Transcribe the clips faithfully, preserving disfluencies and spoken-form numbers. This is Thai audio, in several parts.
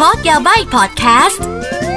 คอร์สยาใบพอดแคสต์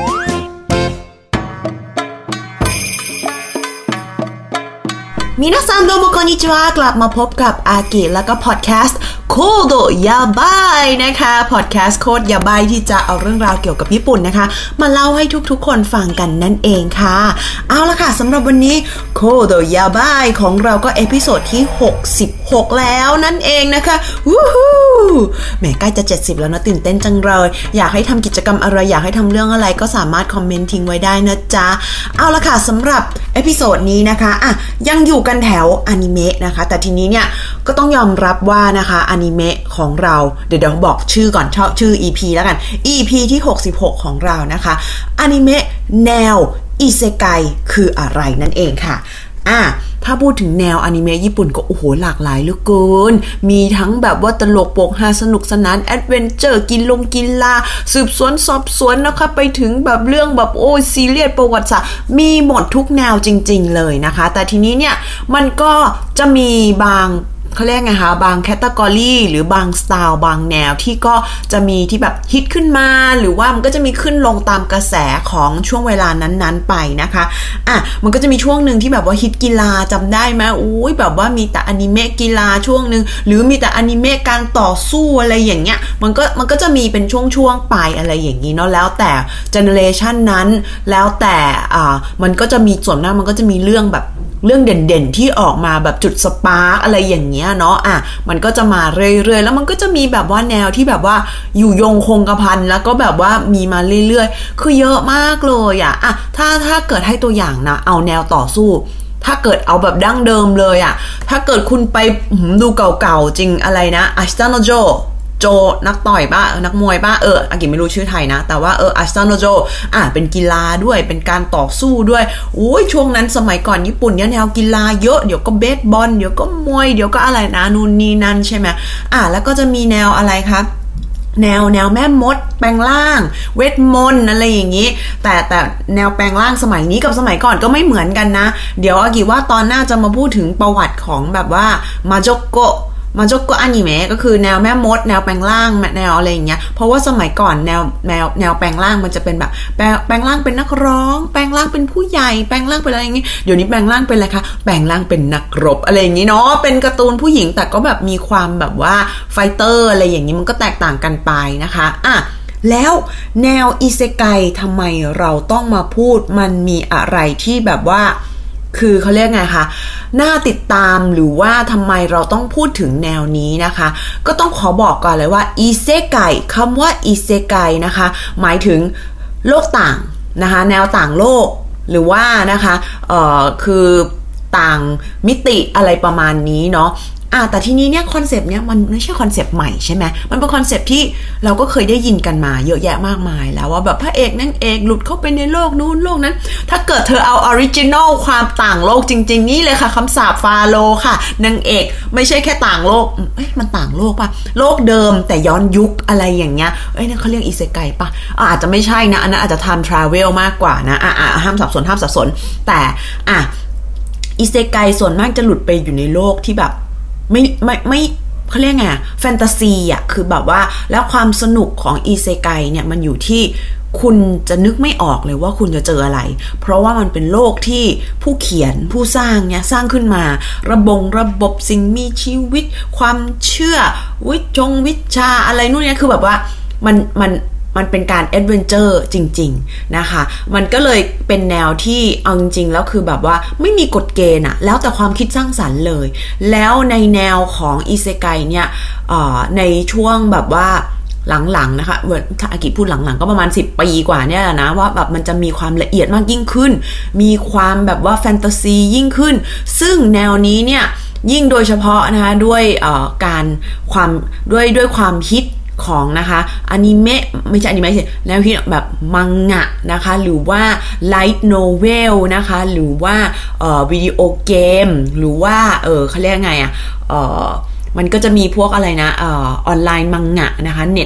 มินาซังโดโมคอนนิจิวะกลับมาพบกับอากิแล้วก็พอดแคสต์โคโดยาบายนะคะพอดแคสต์โคดยาบายที่จะเอาเรื่องราวเกี่ยวกับญี่ปุ่นนะคะมาเล่าให้ทุกๆคนฟังกันนั่นเองค่ะเอาละค่ะสำหรับวันนี้โคโดยาบายของเราก็เอพิโซดที่หกสิบหกแล้วนั่นเองนะคะวู้ฮู้แหมใกล้จะเจ็ดสิบแล้วนะตื่นเต้นจังเลยอยากให้ทำกิจกรรมอะไรอยากให้ทำเรื่องอะไรก็สามารถคอมเมนต์ทิ้งไว้ได้นะจ๊ะเอาละค่ะสำหรับเอพิโซดนี้นะคะอ่ะยังอยู่กันแถวอนิเมะนะคะแต่ทีนี้เนี่ยก็ต้องยอมรับว่านะคะอนิเมะของเราเดี๋ยวเดี๋ยวบอกชื่อก่อนชื่อ อี พี แล้วกัน อี พี ที่หกสิบหกของเรานะคะอนิเมะแนวอิเซไกคืออะไรนั่นเองค่ะอ่ะถ้าพูดถึงแนวอนิเมะญี่ปุ่นก็โอ้โหหลากหลายเหลือเกินมีทั้งแบบว่าตลกโปกฮาสนุกสนานแอดเวนเจอร์กินลงกินลาสืบสวนสอบสวนนะคะไปถึงแบบเรื่องแบบโอ้ซีเรียสประวัติศาสตร์มีหมดทุกแนวจริงๆเลยนะคะแต่ทีนี้เนี่ยมันก็จะมีบางเขาเรียกไงคะบางแคตตากรีหรือบางสไตล์บางแนวที่ก็จะมีที่แบบฮิตขึ้นมาหรือว่ามันก็จะมีขึ้นลงตามกระแสของช่วงเวลานั้นๆไปนะคะอ่ะมันก็จะมีช่วงหนึ่งที่แบบว่าฮิตกีฬาจำได้ไหมอุ้ยแบบว่ามีแต่อนิเมะกีฬาช่วงนึงหรือมีแต่อนิเมะการต่อสู้อะไรอย่างเงี้ยมันก็มันก็จะมีเป็นช่วงๆไปอะไรอย่างงี้เนาะแล้วแต่เจเนอเรชันนั้นแล้วแต่อ่ามันก็จะมีส่วนมากมันก็จะมีเรื่องแบบเรื่องเด่นๆที่ออกมาแบบจุดสปาร์กอะไรอย่างเงี้ยเนาะอ่ะมันก็จะมาเรื่อยๆแล้วมันก็จะมีแบบว่าแนวที่แบบว่าอยู่ยงคงกระพันแล้วก็แบบว่ามีมาเรื่อยๆคือเยอะมากเลยอ่ะอ่ะถ้าถ้าเกิดให้ตัวอย่างนะเอาแนวต่อสู้ถ้าเกิดเอาแบบดั้งเดิมเลยอ่ะถ้าเกิดคุณไปดูเก่าๆจริงอะไรนะอาชิตะโนโจโจนักต่อยป่ะนักมวยป่ะเอออากิไม่รู้ชื่อไทยนะแต่ว่าเอออาชิตะโนโจอ่ะเป็นกีฬาด้วยเป็นการต่อสู้ด้วยโอ้ยช่วงนั้นสมัยก่อนญี่ปุ่นเนี่ยแนวกีฬาเยอะเดี๋ยวก็เบสบอลเดี๋ยวก็มวยเดี๋ยวก็อะไรนะนู่นนี่นั่นใช่ไหมอ่ะแล้วก็จะมีแนวอะไรคะแนวแนวแม่มดแปลงร่างเวทมนต์อะไรอย่างนี้แต่แต่แนวแปลงร่างสมัยนี้กับสมัยก่อนก็ไม่เหมือนกันนะเดี๋ยวอากิว่าตอนหน้าจะมาพูดถึงประวัติของแบบว่ามาโจโกะมาโจโกะอนิเมะก็คือแนวแม่มดแนวแปลงร่างแนวอะไรอย่างเงี้ยเพราะว่าสมัยก่อนแนวแนวแนวแปลงร่างมันจะเป็นแบบแปลงแปลงร่างเป็นนักร้องแปลงร่างเป็นผู้ใหญ่แปลงร่างเป็นอะไรอย่างงี้เดี๋ยวนี้แปลงร่างเป็นอะไรคะแปลงร่างเป็นนักรบอะไรอย่างงี้เนาะเป็นการ์ตูนผู้หญิงแต่ก็แบบมีความแบบว่าไฟเตอร์อะไรอย่างงี้มันก็แตกต่างกันไปนะคะอ่ะแล้วแนวอิเซไกทำไมเราต้องมาพูดมันมีอะไรที่แบบว่าคือเขาเรียกไงคะน่าติดตามหรือว่าทำไมเราต้องพูดถึงแนวนี้นะคะก็ต้องขอบอกก่อนเลยว่าอิเซไกคำว่าอิเซไกนะคะหมายถึงโลกต่างนะคะแนวต่างโลกหรือว่านะคะเอ่อคือต่างมิติอะไรประมาณนี้เนาะอ่ะแต่ทีนี้เนี่ยคอนเซปต์เนี้ยมันไม่ใช่คอนเซปต์ใหม่ใช่ไหมมันเป็นคอนเซปต์ที่เราก็เคยได้ยินกันมาเยอะแยะมากมายแล้วว่าแบบพระเอกนางเอกหลุดเข้าไปในโลกนู้นโลกนั้นถ้าเกิดเธอเอาออริจินอลความต่างโลกจริงๆนี่เลยค่ะคำสาปฟาโรห์ค่ะนางเอกไม่ใช่แค่ต่างโลกเอ๊ะมันต่างโลกป่ะโลกเดิมแต่ย้อนยุคอะไรอย่างเงี้ยเอ้ยนั่นเขาเรียกอิเซไกป่ะอาจจะไม่ใช่นะอันนั้นอาจจะ time travel มากกว่านะอ่ะอ่ะห้ามสับสนห้ามสับสนแต่อ่ะอิเซไกส่วนมากจะหลุดไปอยู่ในโลกที่แบบไม่ไม่ไม่เขาเรียกไงแฟนตาซีอ่ะคือแบบว่าแล้วความสนุกของอิเซไกเนี่ยมันอยู่ที่คุณจะนึกไม่ออกเลยว่าคุณจะเจออะไรเพราะว่ามันเป็นโลกที่ผู้เขียนผู้สร้างเนี่ยสร้างขึ้นมาระบงระบบสิ่งมีชีวิตความเชื่อวิชงวิชาอะไรนู่นเนี่ยคือแบบว่ามันมันมันเป็นการแอดเวนเจอร์จริงๆนะคะมันก็เลยเป็นแนวที่เอาจริงๆแล้วคือแบบว่าไม่มีกฎเกณฑ์อะแล้วแต่ความคิดสร้างสรรค์เลยแล้วในแนวของอิเซไกเนี่ยในช่วงแบบว่าหลังๆนะคะถ้าอากิพูดหลังๆก็ประมาณสิบปีกว่าเนี่ยนะว่าแบบมันจะมีความละเอียดมากยิ่งขึ้นมีความแบบว่าแฟนตาซียิ่งขึ้นซึ่งแนวนี้เนี่ยยิ่งโดยเฉพาะนะคะด้วยการความด้วยด้วยความฮิตของนะคะอนิเมะไม่ใช่อนิเมะสิแนวที่แบบมังงะนะคะหรือว่าไลท์โนเวลนะคะหรือว่าเอ่อวิดีโอเกมหรือว่าเออเขาเรียกไงอ่ะเอ่อมันก็จะมีพวกอะไรนะเอ่อออนไลน์มังงะนะคะเน็ต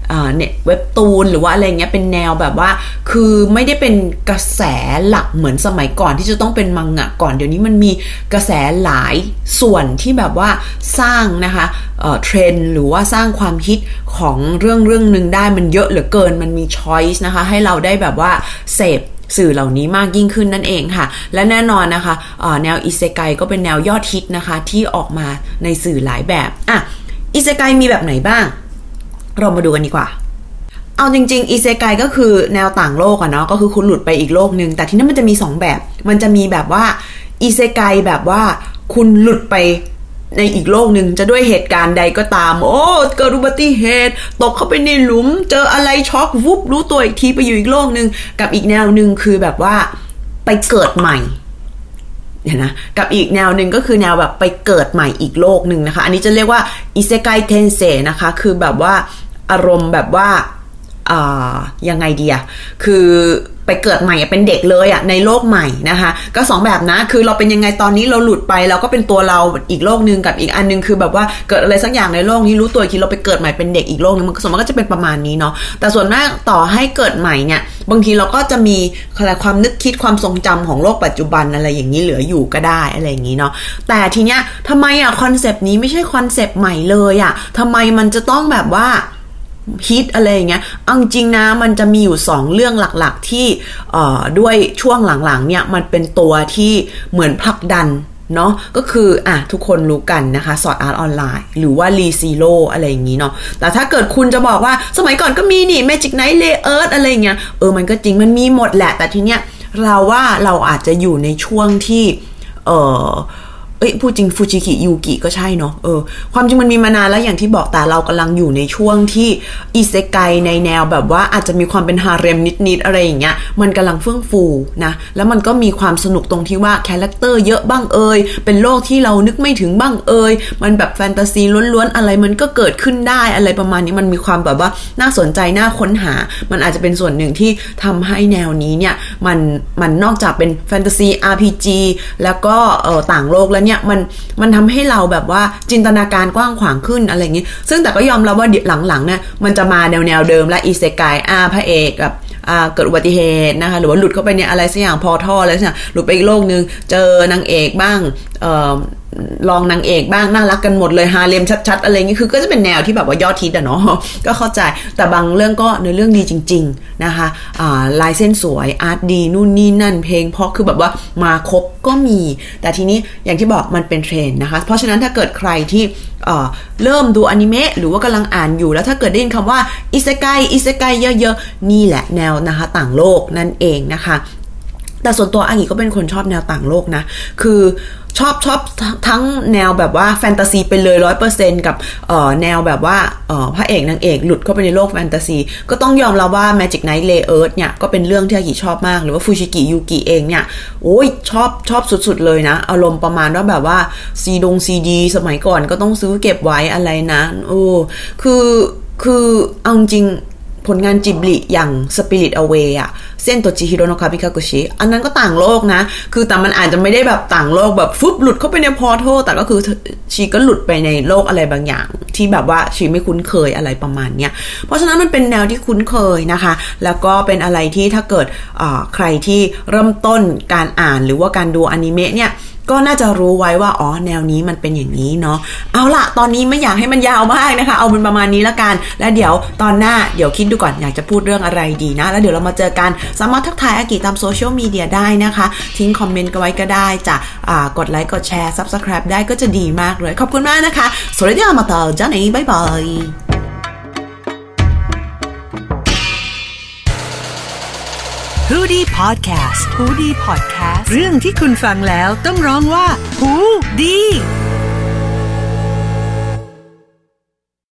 เน็ตเว็บตูนหรือว่าอะไรเงี้ยเป็นแนวแบบว่าคือไม่ได้เป็นกระแสหลักเหมือนสมัยก่อนที่จะต้องเป็นมังงะก่อนเดี๋ยวนี้มันมีกระแสหลายส่วนที่แบบว่าสร้างนะคะเอ่อเทรนด์หรือว่าสร้างความฮิตของเรื่องเรื่องนึงได้มันเยอะเหลือเกินมันมีช้อยส์นะคะให้เราได้แบบว่าเสพสื่อเหล่านี้มากยิ่งขึ้นนั่นเองค่ะและแน่นอนนะคะแนวอิเซไกก็เป็นแนวยอดฮิตนะคะที่ออกมาในสื่อหลายแบบอ่ะอิเซไกมีแบบไหนบ้างเรามาดูกันดีกว่าเอาจริงๆอิเซไกก็คือแนวต่างโลกอะเนาะก็คือคุณหลุดไปอีกโลกนึงแต่ทีนี้มันจะมีสองแบบมันจะมีแบบว่าอิเซไกแบบว่าคุณหลุดไปในอีกโลกนึงจะด้วยเหตุการณ์ใดก็ตามโอ้เกิดอุบัติเหตุตกเข้าไปในหลุมเจออะไรช็อกวุบรู้ตัวอีกทีไปอยู่อีกโลกนึงกับอีกแนวนึงคือแบบว่าไปเกิดใหม่เห็นนะกับอีกแนวนึงก็คือแนวแบบไปเกิดใหม่อีกโลกนึงนะคะอันนี้จะเรียกว่าอิเซไกเทนเซนะคะคือแบบว่าอารมณ์แบบว่าอ่ายังไงดีอะคือไปเกิดใหม่เป็นเด็กเลยอะในโลกใหม่นะคะก็สองแบบนะคือเราเป็นยังไงตอนนี้เราหลุดไปเราก็เป็นตัวเราอีกโลกนึงกับอีกอันนึงคือแบบว่าเกิดอะไรสักอย่างในโลกนี้รู้ตัวอีกทีเราไปเกิดใหม่เป็นเด็กอีกโลกนึงมันก็สมมติก็จะเป็นประมาณนี้เนาะแต่ส่วนมากต่อให้เกิดใหม่เนี่ยบางทีเราก็จะมีความนึกคิดความทรงจำของโลกปัจจุบันอะไรอย่างนี้เหลืออยู่ก็ได้อะไรอย่างนี้เนาะแต่ทีเนี้ยทำไมอะคอนเซปต์นี้ไม่ใช่คอนเซปต์ใหม่เลยอะทำไมมันจะต้องแบบว่าฮิตอะไรอย่างเงี้ยเอาจริงนะมันจะมีอยู่สองเรื่องหลักๆที่เอ่อด้วยช่วงหลังๆเนี่ยมันเป็นตัวที่เหมือนผลักดันเนาะก็คืออ่ะทุกคนรู้กันนะคะสอดอาร์ตออนไลน์หรือว่ารีซีโร่อะไรอย่างงี้เนาะแต่ถ้าเกิดคุณจะบอกว่าสมัยก่อนก็มีนี่ Magic Knight Layout อะไรอย่างเงี้ยเออมันก็จริงมันมีหมดแหละแต่ทีเนี้ยเราว่าเราอาจจะอยู่ในช่วงที่เอ่อเอ้ยพูดจริงฟูจิกิยูกิก็ใช่เนาะเออความจริงมันมีมานานแล้วอย่างที่บอกแต่เรากำลังอยู่ในช่วงที่อิเซไกในแนวแบบว่าอาจจะมีความเป็นฮาเร็มนิดๆอะไรอย่างเงี้ยมันกำลังเฟื่องฟูนะแล้วมันก็มีความสนุกตรงที่ว่าคาแรคเตอร์เยอะบ้างเอ่ยเป็นโลกที่เรานึกไม่ถึงบ้างเอ่ยมันแบบแฟนตาซีล้วนๆอะไรมันก็เกิดขึ้นได้อะไรประมาณนี้มันมีความแบบว่าน่าสนใจน่าค้นหามันอาจจะเป็นส่วนหนึ่งที่ทำให้แนวนี้เนี่ยมันมันนอกจากเป็นแฟนตาซี อาร์ พี จี แล้วก็เอ่อต่างโลกแล้วเนี่ยมันมันทำให้เราแบบว่าจินตนาการกว้างขวางขึ้นอะไรอย่างนี้ซึ่งแต่ก็ยอมรับว่าหลังๆเนี่ยมันจะมาแนวแนวเดิมและอิเซไกอาพระเอกกับอ่าเกิดอุบัติเหตุนะคะหรือว่าหลุดเข้าไปในอะไรสักอย่างพอท่ออะไรสักอย่างหลุดไปอีกโลกนึงเจอนางเอกบ้างเอ่อลองนางเอกบ้างน่ารักกันหมดเลยฮาเลมชัดๆอะไรอย่างนี้คือก็จะเป็นแนวที่แบบว่ายอดฮิตอะเนาะก็เข้าใจแต่บางเรื่องก็เนื้อเรื่องดีจริงๆนะคะอ่าลายเส้นสวยอาร์ตดีนู่นนี่นั่นเพลงเพราะคือแบบว่ามาครบก็มีแต่ทีนี้อย่างที่บอกมันเป็นเทรนด์นะคะเพราะฉะนั้นถ้าเกิดใครที่เอ่อเริ่มดูอนิเมะหรือว่ากำลังอ่านอยู่แล้วถ้าเกิดได้ยินคำว่าอิเซไกอิเซไกเยอะๆนี่แหละแนวนะคะต่างโลกนั่นเองนะคะแต่ส่วนตัวอากิก็เป็นคนชอบแนวต่างโลกนะคือชอบชอบทั้งแนวแบบว่าแฟนตาซีไปเลย ร้อยเปอร์เซ็นต์ กับเอ่อแนวแบบว่าเอ่อพระเอกนางเอกหลุดเข้าไปในโลกแฟนตาซีก็ต้องยอมรับว่า Magic Knight Layout เนี่ยก็เป็นเรื่องที่อากิชอบมากหรือว่าฟูชิกิยูกิเองเนี่ยโอ้ยชอบชอบสุดๆเลยนะอารมณ์ประมาณว่าแบบว่าซีดงซีดีสมัยก่อนก็ต้องซื้อเก็บไว้อะไรนะโอ้คือคือเอาจริงผลงานจิบลิอย่าง Spirit Away อะเส้นโตจิฮิโร่โนะคามิคากุชิอันนั้นก็ต่างโลกนะคือแต่มันอาจจะไม่ได้แบบต่างโลกแบบฟึบหลุดเข้าไปในพอร์ทัลแต่ก็คือชีก็หลุดไปในโลกอะไรบางอย่างที่แบบว่าชีไม่คุ้นเคยอะไรประมาณเนี้ยเพราะฉะนั้นมันเป็นแนวที่คุ้นเคยนะคะแล้วก็เป็นอะไรที่ถ้าเกิดใครที่เริ่มต้นการอ่านหรือว่าการดูอนิเมะเนี่ยก็น่าจะรู้ไว้ว่าอ๋อแนวนี้มันเป็นอย่างนี้เนาะเอาล่ะตอนนี้ไม่อยากให้มันยาวมากนะคะเอาเป็นประมาณนี้ละกันแล้วเดี๋ยวตอนหน้าเดี๋ยวคิดดูก่อนอยากจะพูดเรื่องอะไรดีนะแล้วเดี๋ยวเรามาเจอกันสามารถทักทายอากิตามโซเชียลมีเดียได้นะคะทิ้งคอมเมนต์กันไว้ก็ได้จะอ่ากดไลค์กดแชร์ Subscribe ได้ก็จะดีมากเลยขอบคุณมากนะคะそれではまたじゃあねバイバイฮูดี้พอดแคสต์ฮูดี้พอดแคสต์เรื่องที่คุณฟังแล้วต้องร้องว่าฮูดี